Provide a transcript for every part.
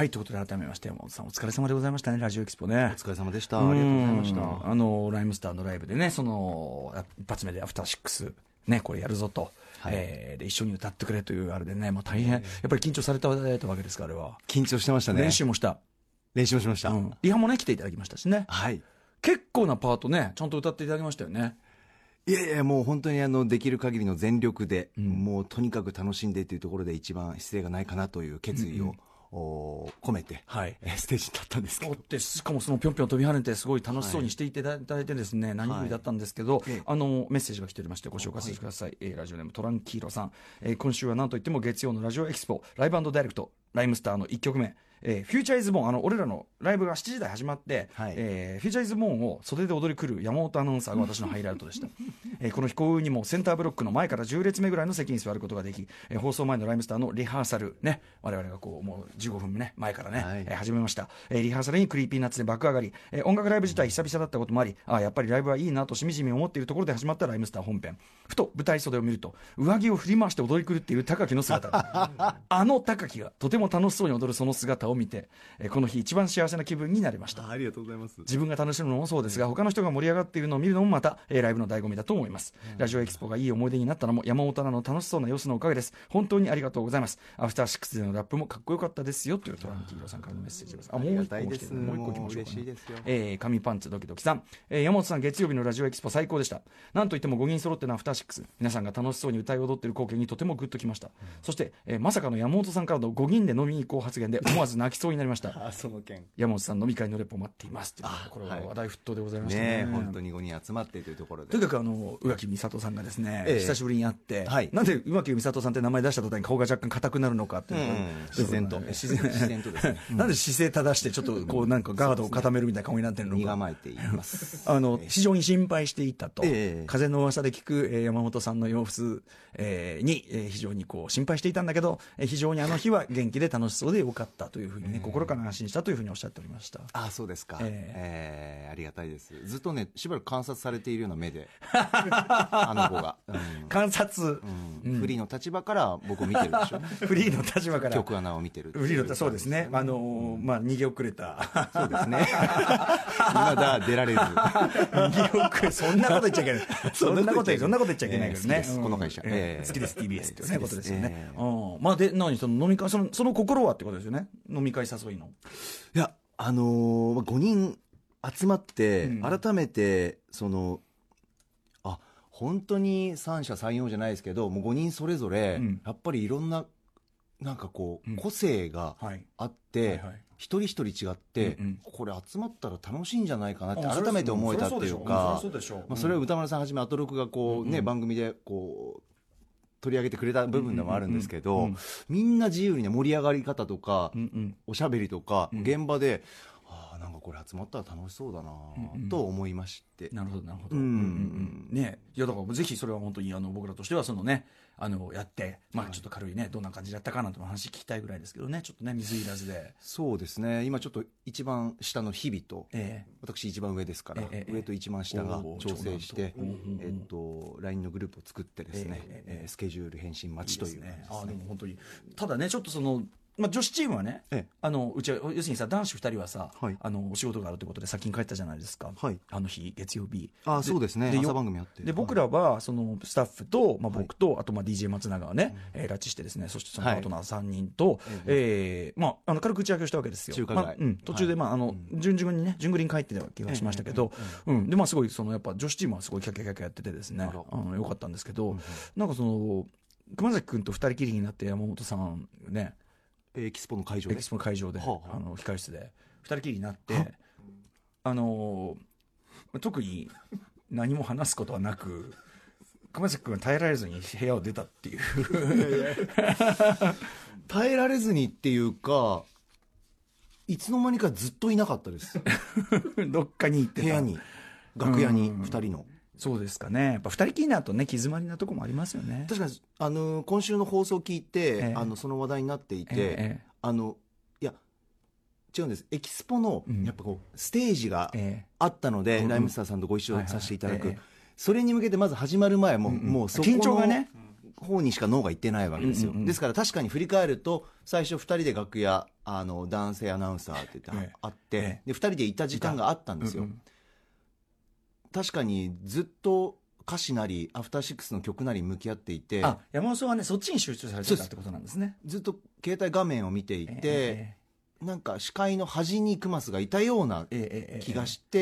はい、ということで改めまして山本さんお疲れ様でございましたね。ラジオエキスポね、 お疲れ様でした。ありがとうございました。 ライムスターのライブでね、その一発目でアフターシックスね、これやるぞと、はい、で一緒に歌ってくれというあれでね、大変やっぱり緊張されたわけですか。あれは緊張してましたね。 練習もしました、リハもね来ていただきましたしね。 はい、 結構なパートねちゃんと歌っていただきましたよね。 いやいや、もう本当にできる限りの全力で、もうとにかく楽しんでというところで一番失礼がないかなという決意を、込めて、はい、ステージに立ったんですけど、 しかもそのぴょんぴょん飛び跳ねてすごい楽しそうにしていただいてですね、何よりだったんですけど、メッセージが来ておりましてご紹介させてください。ラジオネームトランキーロさん、今週は何といっても月曜のラジオエキスポライブ&ダイレクトライムスターの1曲目、フューチャーイズボーン、俺らのライブが7時台始まって、フューチャーイズボーンを袖で踊り来る山本アナウンサーが私のハイライトでした。この飛行にもセンターブロックの前から10列目ぐらいの席に座ることができ、放送前のライムスターのリハーサルね、我々がこうもう15分ね前からね、始めました。リハーサルにクリーピーナッツで爆上がり、音楽ライブ自体久々だったこともあり、やっぱりライブはいいなとしみじみ思っているところで始まったライムスター本編。ふと舞台袖を見ると上着を振り回して踊り来るっていう高木の姿高木がとても楽しそうに踊るその姿を見て、この日一番幸せな気分になりました。 ありがとうございます。 自分が楽しむのもそうですが、他の人が盛り上がっているのを見るのもまた、ライブの醍醐味だと思います。ラジオエキスポがいい思い出になったのも山本アナの楽しそうな様子のおかげです。本当にありがとうございます。アフターシックスでのラップもかっこよかったですよというトランキーロさんからのメッセージです。 ありがたいです。 もう一個来ましょうか、ね。 嬉しいですよ。 紙パンツドキドキさん、山本さん月曜日のラジオエキスポ最高でした。なんといっても5人揃ってのアフターシックス、皆さんが楽しそうに歌い踊っている光景にとてもグッときました。そして、まさかの山本さんからの5人で飲みに行こう発言で思わず泣きそうになりましたその件、 山本さん飲み会のレポ待っていますという、これは話題沸騰でございましたね。 本当に5人集まってというところで、 とにかく宇垣美里さんがですね、久しぶりに会って、なんで宇垣美里さんって名前出した途端に顔が若干硬くなるのかっていう、 自然とですねなんで姿勢正してちょっとこうなんかガードを固めるみたいな顔になってるのか、 身構えています非常に心配していたと、風の噂で聞く、山本さんの様子、に、非常にこう心配していたんだけど、非常にあの日は元気で楽しそうでよかったというふうにね、心から安心したというふうにおっしゃっておりました。 そうですか。ありがたいです。ずっとねしばらく観察されているような目であの子が、 観察、 フリーの立場から僕を見てるでしょフリーの立場から曲穴を見てる。 フリーのそうですね、逃げ遅れたそうですねまだ出られず逃げ遅れ、そんなこと言っちゃいけないそんなこと言っちゃいけないけどね、 この会社、 好きです TBS っていうねことですよね。で何その飲み会、その心はってことですよね、飲み会誘いの。 いや5人集まって、改めて本当に三者三様じゃないですけど、もう5人それぞれ、やっぱりいろんななんかこう、個性があって、一人一人違って、これ集まったら楽しいんじゃないかなって改めて思えたっていうか、それは歌丸さんはじめアトロクがこうね、番組でこう取り上げてくれた部分でもあるんですけど、みんな自由にね、盛り上がり方とか、おしゃべりとか、現場でなんかこれ集まったら楽しそうだなと思いまして。 なるほどなるほど。ね、いやだからぜひそれは本当に僕らとしてはそのねやって、ちょっと軽いねどんな感じだったかなという話聞きたいぐらいですけどね、ちょっとね水入らずで。 そうですね、今ちょっと一番下の日々と、私一番上ですから、上と一番下が調整して、LINE のグループを作ってですね、スケジュール返信待ちという、 でも本当にただねちょっとその女子チームはね、うちは要するにさ男子2人はさ、お仕事があるということで先に帰ったじゃないですか、あの日月曜日。 そうですね、朝番組あって。 で僕らはそのスタッフと、僕とあとDJ 松永がね、拉致してですね、そしてそのパートナー3人と、軽く打ち上げをしたわけですよ。 中華街、 途中で順々にね順繰りに帰ってた気がしましたけど、ですごいそのやっぱ女子チームはすごいキャキャキャキャやっててですね、よかったんですけど、なんかその熊崎君と2人きりになって山本さんね、 エキスポの会場で控室で2人きりになって、特に何も話すことはなく熊崎君は耐えられずに部屋を出たっていう耐えられずにっていうか、いつの間にかずっといなかったですどっかに行ってた、 部屋に楽屋に2人の。 そうですかね、やっぱ2人きりになるとね気詰まりなとこもありますよね。 確かに今週の放送を聞いて、その話題になっていて、いや違うんです、エキスポの、やっぱこうステージがあったので、ライムスターさんとご一緒させていただく、それに向けてまず始まる前も、もうそこの緊張がね方にしか脳が行ってないわけですよ、ですから確かに振り返ると最初2人で楽屋男性アナウンサーって言ってあって、で2人でいた時間があったんですよ、確かにずっと歌詞なりアフターシックスの曲なり向き合っていて、 山本さんはねそっちに集中されてたってことなんですね。 ずっと携帯画面を見ていて、なんか視界の端にクマスがいたような気がして、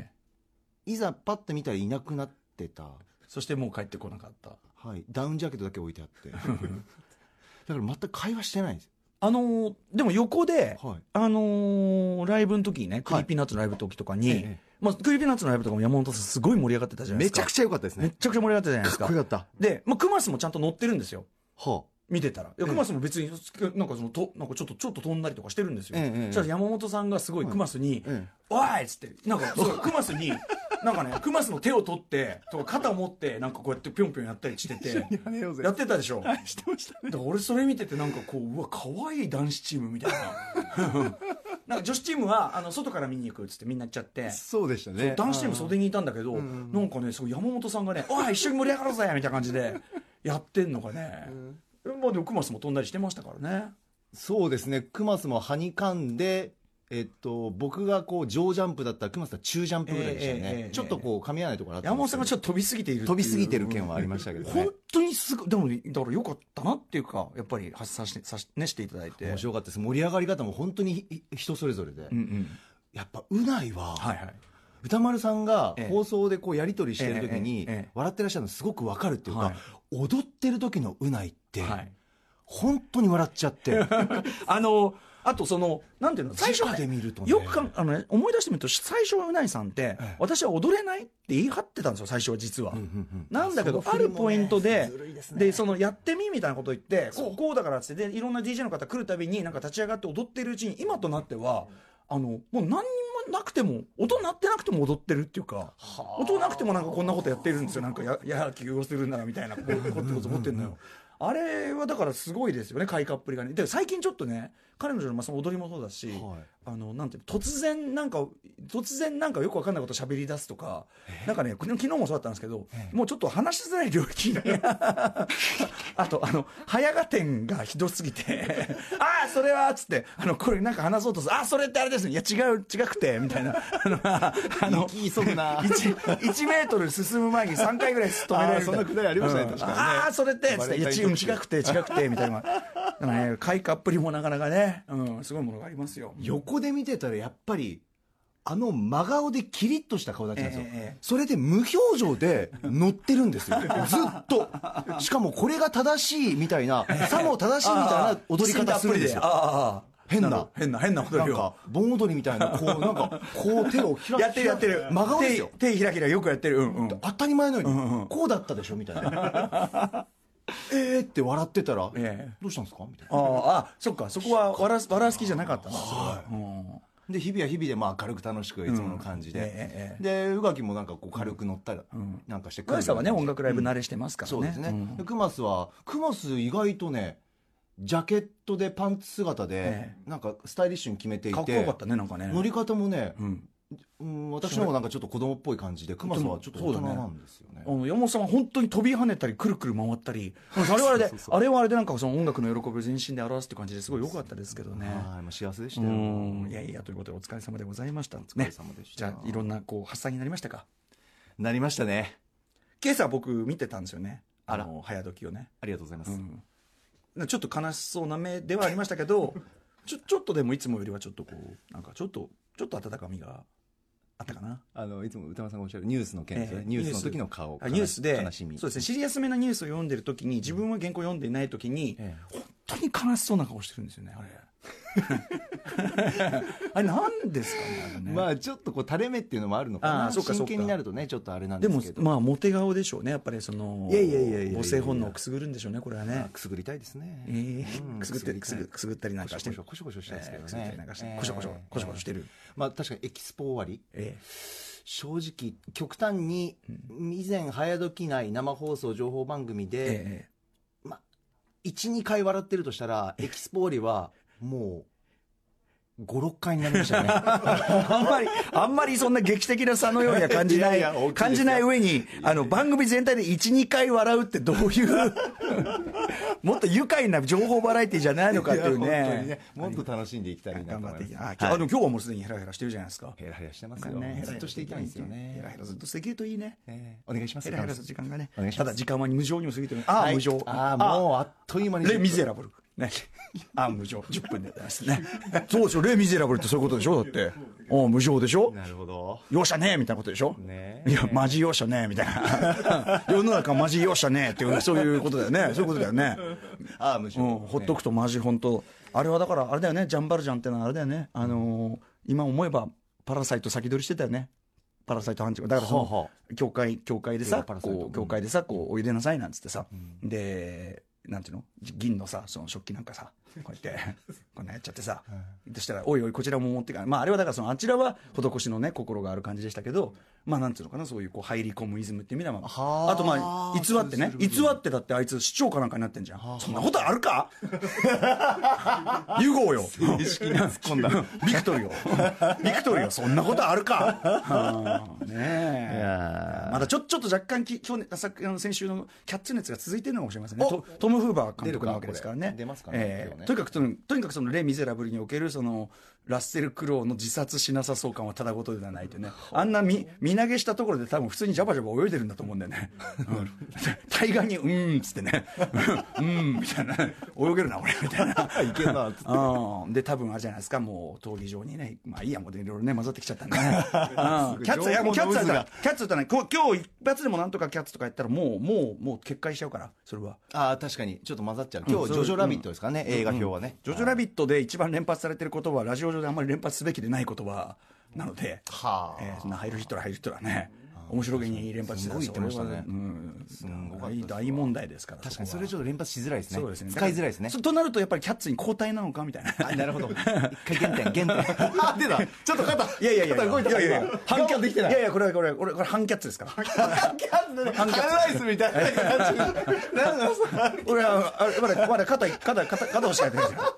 いざパッと見たらいなくなってた。 そしてもう帰ってこなかった。 はい、ダウンジャケットだけ置いてあってだから全く会話してないんです。 でも横で、ライブの時にね、クリーピーナッツのライブの時とかに、クリーピーナッツのライブとかも山本さんすごい盛り上がってたじゃないですか。 めちゃくちゃ良かったですね。 めちゃくちゃ盛り上がってたじゃないですか。 かっこよかった。 で、クマスもちゃんと乗ってるんですよ。見てたら。クマスも別に、なんかちょっと飛んだりとかしてるんですよ。そしたら山本さんがすごいクマスに、おいっつって、なんかクマスに、なんかね、クマスの手を取って、とか肩を持って、なんかこうやってぴょんぴょんやったりしてて、やってたでしょ。 してましたね。 だから俺それ見ててなんかこう、うわ、可愛い男子チームみたいな。なんか女子チームは外から見に行くっつってみんな行っちゃって、 そうでしたね。 男子チーム袖にいたんだけど、なんかね、そう山本さんがね、おい一緒に盛り上がろうぜみたいな感じでやってんのがね、まあでもクマスも飛んだりしてましたからね。 そうですね。クマスもはにかんで、僕がこう上ジャンプだったらクマスは中ジャンプぐらいでしたね。ちょっとこう噛み合わないところあったんですけど、 山本さんがちょっと飛びすぎている飛びすぎてる件はありましたけどね。 本当にすごい。でもだから良かったなっていうか、やっぱり発散していただいて面白かったです。盛り上がり方も本当に人それぞれで、やっぱうないは、歌丸さんが放送でこうやり取りしてる時に笑ってらっしゃるのすごく分かるっていうか、踊ってる時のうないって、本当に笑っちゃってあとなんていうの、最初で見るとね、 よく思い出してみると、最初はうないさんって、私は踊れないって言い張ってたんですよ、最初は実は。なんだけど、あるポイントで、やってみみたいなことを言って、こうだからって、いろんな DJ の方来るたびに、なんか立ち上がって踊ってるうちに、今となっては、もう何にもなくても、音鳴ってなくても踊ってるっていうか、音なくてもなんかこんなことやってるんですよ、なんかやきをするならみたいなこと思ってんのよ。あれはだからすごいですよね、開花っぷりがね。で最近ちょっとね、彼女のその踊りもそうだし、なんていうの、突然なんかよく分かんないこと喋り出すとか、なんかね、昨日もそうだったんですけど、もうちょっと話しづらい領域にあと早合点がひどすぎてああそれはっつってこれなんか話そうとする、それってあれですね、いや違くてみたいな言いそうな 1メートル進む前に3回ぐらい止められるみたいな、 そんなくだりありましたね、確かにね。 それってっつって、いや違くてみたいな。だからね、開花っぷりもなかなかね、すごいものがありますよ。 横で見てたらやっぱり真顔でキリッとした顔立ちなんですよ、それで無表情で乗ってるんですよずっと。しかもこれが正しいみたいな、さも正しいみたいな踊り方するんですよ。変な踊りを、 盆踊りみたいな、こうなんかこう手を開やってる真顔ですよ。 手開きよくやってる、 当たり前のように、こうだったでしょみたいなって笑ってたら、どうしたんですかみたいな。 そっか、そこは笑う好きじゃなかったんですで日々は日々で明るく楽しくいつもの感じで、で宇垣もなんかこう軽く乗ったりなんかして、 クマスはね音楽ライブ慣れしてますからね。 そうですね。クマス意外とね、ジャケットでパンツ姿でなんかスタイリッシュに決めていて、 かっこよかったね、なんかね。 乗り方もね、私の方がなんかちょっと子供っぽい感じで、クマスはちょっと大人なんですよね。 山本さんは本当に飛び跳ねたりくるくる回ったり、あれはあれでなんかその音楽の喜びを全身で表すって感じですごい良かったですけどね。 幸せでしたよ。 いやということでお疲れ様でございましたね。お疲れ様でした。じゃあいろんなこう発散になりましたか？ なりましたね。 今朝僕見てたんですよね。早時をね。 ありがとうございます。 ちょっと悲しそうな目ではありましたけどちょっとでもいつもよりはちょっとこうなんかちょっと温かみがあったかな。 いつも歌丸さんがおっしゃるニュースの件ですね。ニュースの時の顔、 ニュースで悲しみ。 そうですね、シリアスめなニュースを読んでる時に自分は原稿読んでいない時に本当に悲しそうな顔してるんですよね、あれあれなんですかね、 まあちょっとこう垂れ目っていうのもあるのかな。真剣になるとねちょっとあれなんですけど、 でもまあモテ顔でしょうね、やっぱりその母性本能をくすぐるんでしょうね、これはね。 くすぐりたいですね。 くすぐったりなんかしてコショコショしてますけどね。 コショコショしてる。 まあ確かにエキスポ終わり、正直極端に以前早時内生放送情報番組でまあ 1,2 回笑ってるとしたら、エキスポ終わりはもう 5、6回になりましたね。 あんまりそんな劇的な差のようには感じない感じない上に番組全体で 1,2 回笑うってどういうもっと愉快な情報バラエティじゃないのかっていうね。 もっと楽しんでいきたいなと思います。 でも今日はもうすでにヘラヘラしてるじゃないですか。 ヘラヘラしてますよね。ずっとしていきたいんですよね。 ヘラヘラずっとしていけるといいね。 お願いします。 ヘラヘラする時間がね。 ただ時間は無情にも過ぎてる。無情。 もうあっという間に。 レ・ミゼラブルね。無情10分でですね。そうでしょ。レ・ミゼラブルってそういうことでしょ。だって無情でしょ。 なるほど。 容赦ねえみたいなことでしょ。いやマジ容赦ねえみたいな。世の中マジ容赦ねえっていうそういうことだよね。そういうことだよね。 無情。 ほっとくとマジ本当。あれはだからあれだよね。ジャンバルジャンってのはあれだよね。今思えばパラサイト先取りしてたよね。パラサイト班長だからその教会でさこうおいでなさいなんつってさ、でなんていうの銀のさその食器なんかさこうやってこんなやっちゃってさ、そしたらおいおいこちらも持ってかない。あれはだからそのあちらは施しのね心がある感じでしたけど、なんていうのかなそういうこう入り込むイズムっていう意味ではあと偽ってね偽ってだってあいつ市長かなんかになってんじゃん。そんなことあるかユゴーよ正式に突っ込んだビクトリオそんなことあるかねえまだちょっと若干先週のキャッツ熱が続いてるのかもしれませんね。トム・フーバー監督なわけですからね。 出ますかね。 とにかくそのレ・ミゼラブルにおけるそのラッセル・クロウの自殺しなさそう感はただごとではないとね。あんな身投げしたところで多分普通にジャバジャバ泳いでるんだと思うんだよね。対岸にっつってねみたいな泳げるな俺みたいないけるなっつってで多分あれじゃないですかもう闘技場にねいいやもういろいろね混ざってきちゃったんでねキャッツだね今日一発でもなんとかキャッツとかやったらもう決壊しちゃうからそれは確かにちょっと混ざっちゃう。今日ジョジョラビットですかね映画表はね。 ジョジョラビットで一番連発されてる言葉はラジオ上であんまり連発すべきでない言葉なのでそんなハイルヒットラーね面白げに連発してた。 すごい言ってましたね。 大問題ですから。 確かにそれちょっと連発しづらいですね。 そうですね。 使いづらいですね。 となるとやっぱりキャッツに交代なのかみたいな。 なるほど。一回原点。出た。ちょっと肩動いてた。 反キャッツできてない。いやこれ反キャッツですから。反キャッツね。ハンライスみたいな感じ。なんだそれ。 俺はまだ肩押しかやってないですから。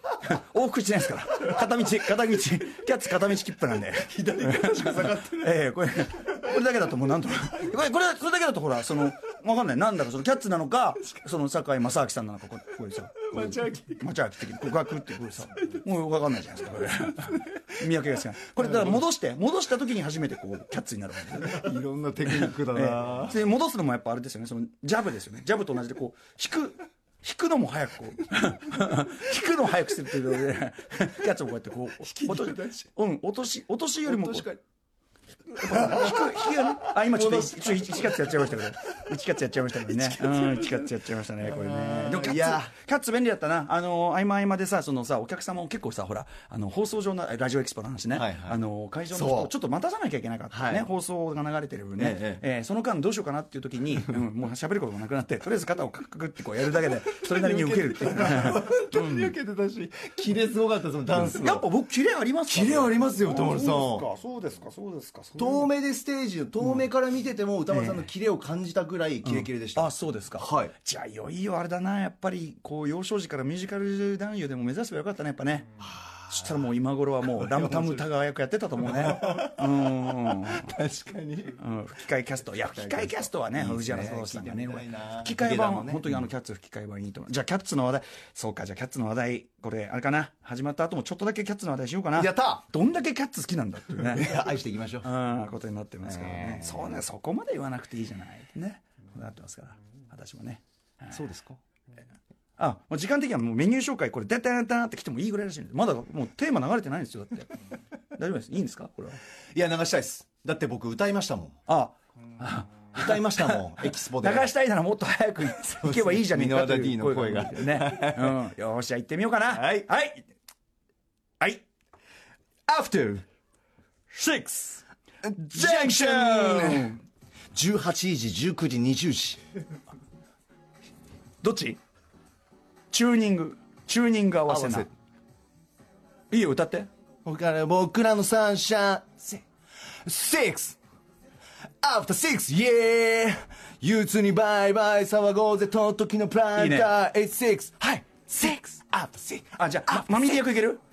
往復しないですから。片道キャッツ片道切符なんで。 左肩しか下がってない。 これだけだともうなんとこれだけだとほらその分かんないなんだろうそのキャッツなのかその堺正明さんなのかこういうさ町明的に告白ってこういうさもう分かんないじゃないですかこれ見分けがつかない。これだから戻した時に初めてこうキャッツになるわけですね。いろんなテクニックだな。 で戻すのもやっぱあれですよねそのジャブですよね。ジャブと同じでこう引くのも早くこう引くのも早くするっていうのでキャッツをこうやってこう落としよりも引きがね今ちょっと1月やっちゃいましたけど1月やっちゃいましたけどね1月やっちゃいましたねこれね。でもキャッツ便利だったな。合間でさそのさお客様も結構さほら放送上のラジオエキスポの話ね会場の人ちょっと待たさなきゃいけなかったね放送が流れてる分ねその間どうしようかなっていう時にもう喋ることがなくなってとりあえず肩をカクカクってこうやるだけでそれなりにウケるっていう本当に受けてたしキレすごかったそのダンスやっぱ僕キレありますキレありますよ歌丸さん。 そうですか遠目でステージ遠目から見てても歌丸さんのキレを感じたぐらいキレキレでした。 そうですか。 はい。 じゃあいよいよあれだなやっぱりこう幼少時からミュージカル男優でも目指せばよかったねやっぱね。そしたらもう今頃はもうラムタム田川役やってたと思うね。 確かに。 吹き替えキャスト吹き替えキャストはね藤原聡さんがね吹き替え版本当にキャッツ吹き替え版いいと思う。じゃあキャッツの話題そうかじゃあキャッツの話題これあれかな始まった後もちょっとだけキャッツの話題しようかな。 やったどんだけキャッツ好きなんだっていうね愛していきましょうことになってますからね。そうねそこまで言わなくていいじゃないねなってますから私もね。 そうですか。 もう時間的にはもうメニュー紹介これダダダって来てもいいぐらいらしいんでまだもうテーマ流れてないんですよだって大丈夫です。いいんですかこれは。 いや流したいです。だって僕歌いましたもん。歌いましたもんエキスポで。 流したいならもっと早く行けばいいじゃねえかという箕輪田 D の声がねよしじゃあ行ってみようかな。はいAfter 6 Junction 18時19時20時どっちチューニング合わせな。いいよ歌って。 僕らのサンシャイン6 After 6 Yeah 憂鬱にバイバイ騒ごうぜとっときのプランター86はい6 After 6 じゃあマミディ役いける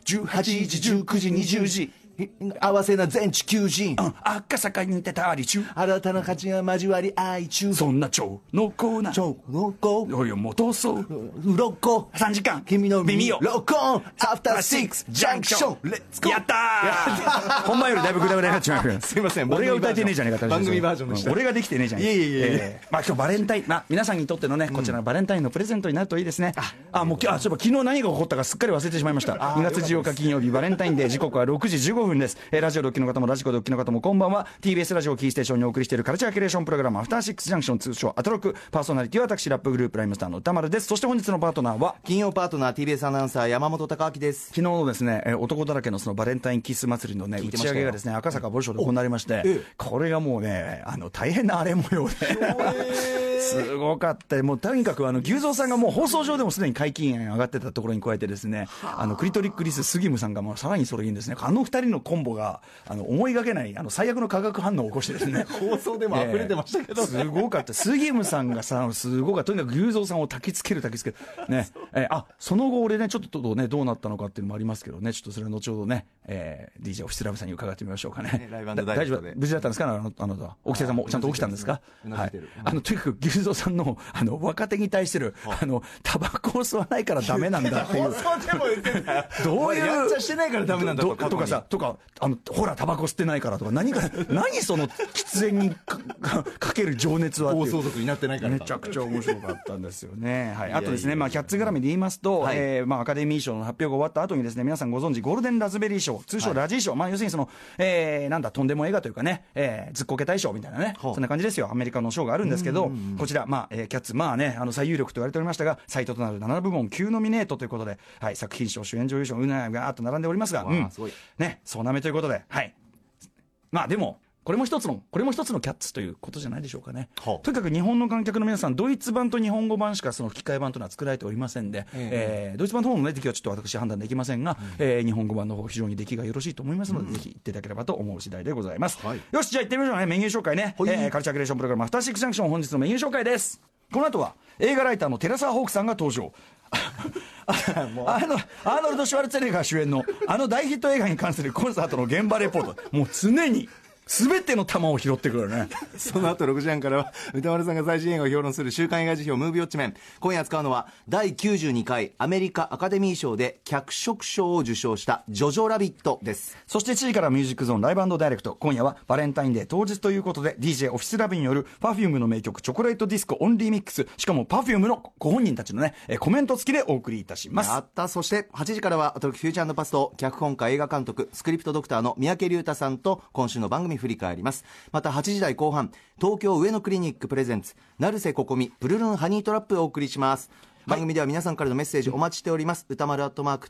18時19時20時合わせな全地球人、 赤坂にてたり中、 新たな価値が交わり愛中、 そんな超濃厚な超濃厚おいもう闘争鱗 3時間君の耳をロックオンアフターシックスジャンクションレッツゴー。 やったー本番よりだいぶグダグダになっちまうすいません、 俺が歌えてねえじゃねえか、 番組バージョンでした。 俺ができてねえじゃん。 いえまあ今日バレンタイン、まあ皆さんにとってのね、こちらのバレンタインのプレゼントになるといいですね。もうそういえば昨日何が起こったかすっかり忘れてしまいました。2月14日金曜日バレンタインデー、時刻は6時15分です。ラジオドッキの方もラジコドッキの方もこんばんは。 TBS ラジオキーステーションにお送りしているカルチャーキュレーションプログラムアフターシックスジャンクション、通称アトロク。パーソナリティは私ラップグループライムスターの歌丸です。そして本日のパートナーは金曜パートナー TBS アナウンサー山本貴明です。 昨日のですね、男だらけのそのバレンタインキス祭りのね打ち上げがですね赤坂ボルショで行われまして、これがもうね大変な荒れ模様ですごかった。もうとにかく牛蔵さんがもう放送上でもすでに解禁上がってたところに加えてですね、クリトリックリス杉ムさんがもうさらにそれいいんですね。二人のコンボが思いがけない最悪の化学反応を起こしてですね放送でも溢れてましたけど、ね、 すごかった。杉ムさんがさすごかった。とにかく牛蔵さんを焚きつけるね。その後俺ねちょっとねどうなったのかっていうのもありますけどね、ちょっとそれは後ほどね、DJ オフィスラブさんに伺ってみましょうかね。 ライブ&ダイレ大丈夫クトで無事だったんですか、あなた起きてさんもちゃんと起きたんですか。はい、とにかく牛蔵さんの若手に対してるタバコを吸わないからダメなんだっていう放送でも言ってたどういうやっちゃしてないからダメなんだとかさほらタバコ吸ってないからとか何その喫煙にかける情熱はっていう、 放送族になってないからめちゃくちゃ面白かったんですよね。はい、あとですね、キャッツ絡みで言いますと、アカデミー賞の発表が終わった後にですね、皆さんご存知ゴールデンラズベリー賞、通称ラジー賞、要するにその、とんでも映画というかね、ずっこけ大賞みたいなね、そんな感じですよ。アメリカの賞があるんですけど、こちら、キャッツ最有力と言われておりましたが、最多となる7部門9ノミネートということで、作品賞、主演女優賞がーっと並んでおりますが、総なめということで、でもこれも一つのキャッツということじゃないでしょうかね。とにかく日本の観客の皆さん、ドイツ版と日本語版しかその吹き替え版というのは作られておりませんで、ドイツ版の方の、出来はちょっと私判断できませんが、日本語版の方非常に出来がよろしいと思いますので、ぜひ行っていただければと思う次第でございます。よし、じゃあ行ってみましょうね。メニュー紹介ね。カルチャーキュレーションプログラムアフターシックスジャンクション、本日のメニュー紹介です。この後は映画ライターの寺澤ホークさんが登場。アーノルド・シュワルツェネッガー主演の大ヒット映画に関するコンサートの現場レポート。もう常に全ての玉を拾ってくるね。 その後6時半からは歌丸さんが最新映画を評論する週刊映画辞表ムービーウォッチメン。今夜扱うのは第92回アメリカアカデミー賞で脚色賞を受賞したジョジョラビットです。 そして1時からミュージックゾーンライブ&ダイレクト。今夜はバレンタインデー当日ということで DJ オフィスラブによる Perfume の名曲チョコレートディスコオンリーミックス、しかも Perfume のご本人たちのねコメント付きでお送りいたします。 やった。そして8時からはアトロックフューチャー&パスト、脚本家映画監督スクリプトドクターの三宅龍太さんと今週の番組振り返ります。また8時台後半、東京上野クリニックプレゼンツ成瀬ここみプルルンハニートラップをお送りします。番組では皆さんからのメッセージお待ちしております。歌丸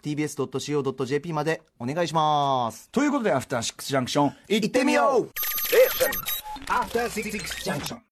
@tbs.co.jp までお願いします。 ということでアフターシックスジャンクション行ってみよう。 アフターシックスジャンクション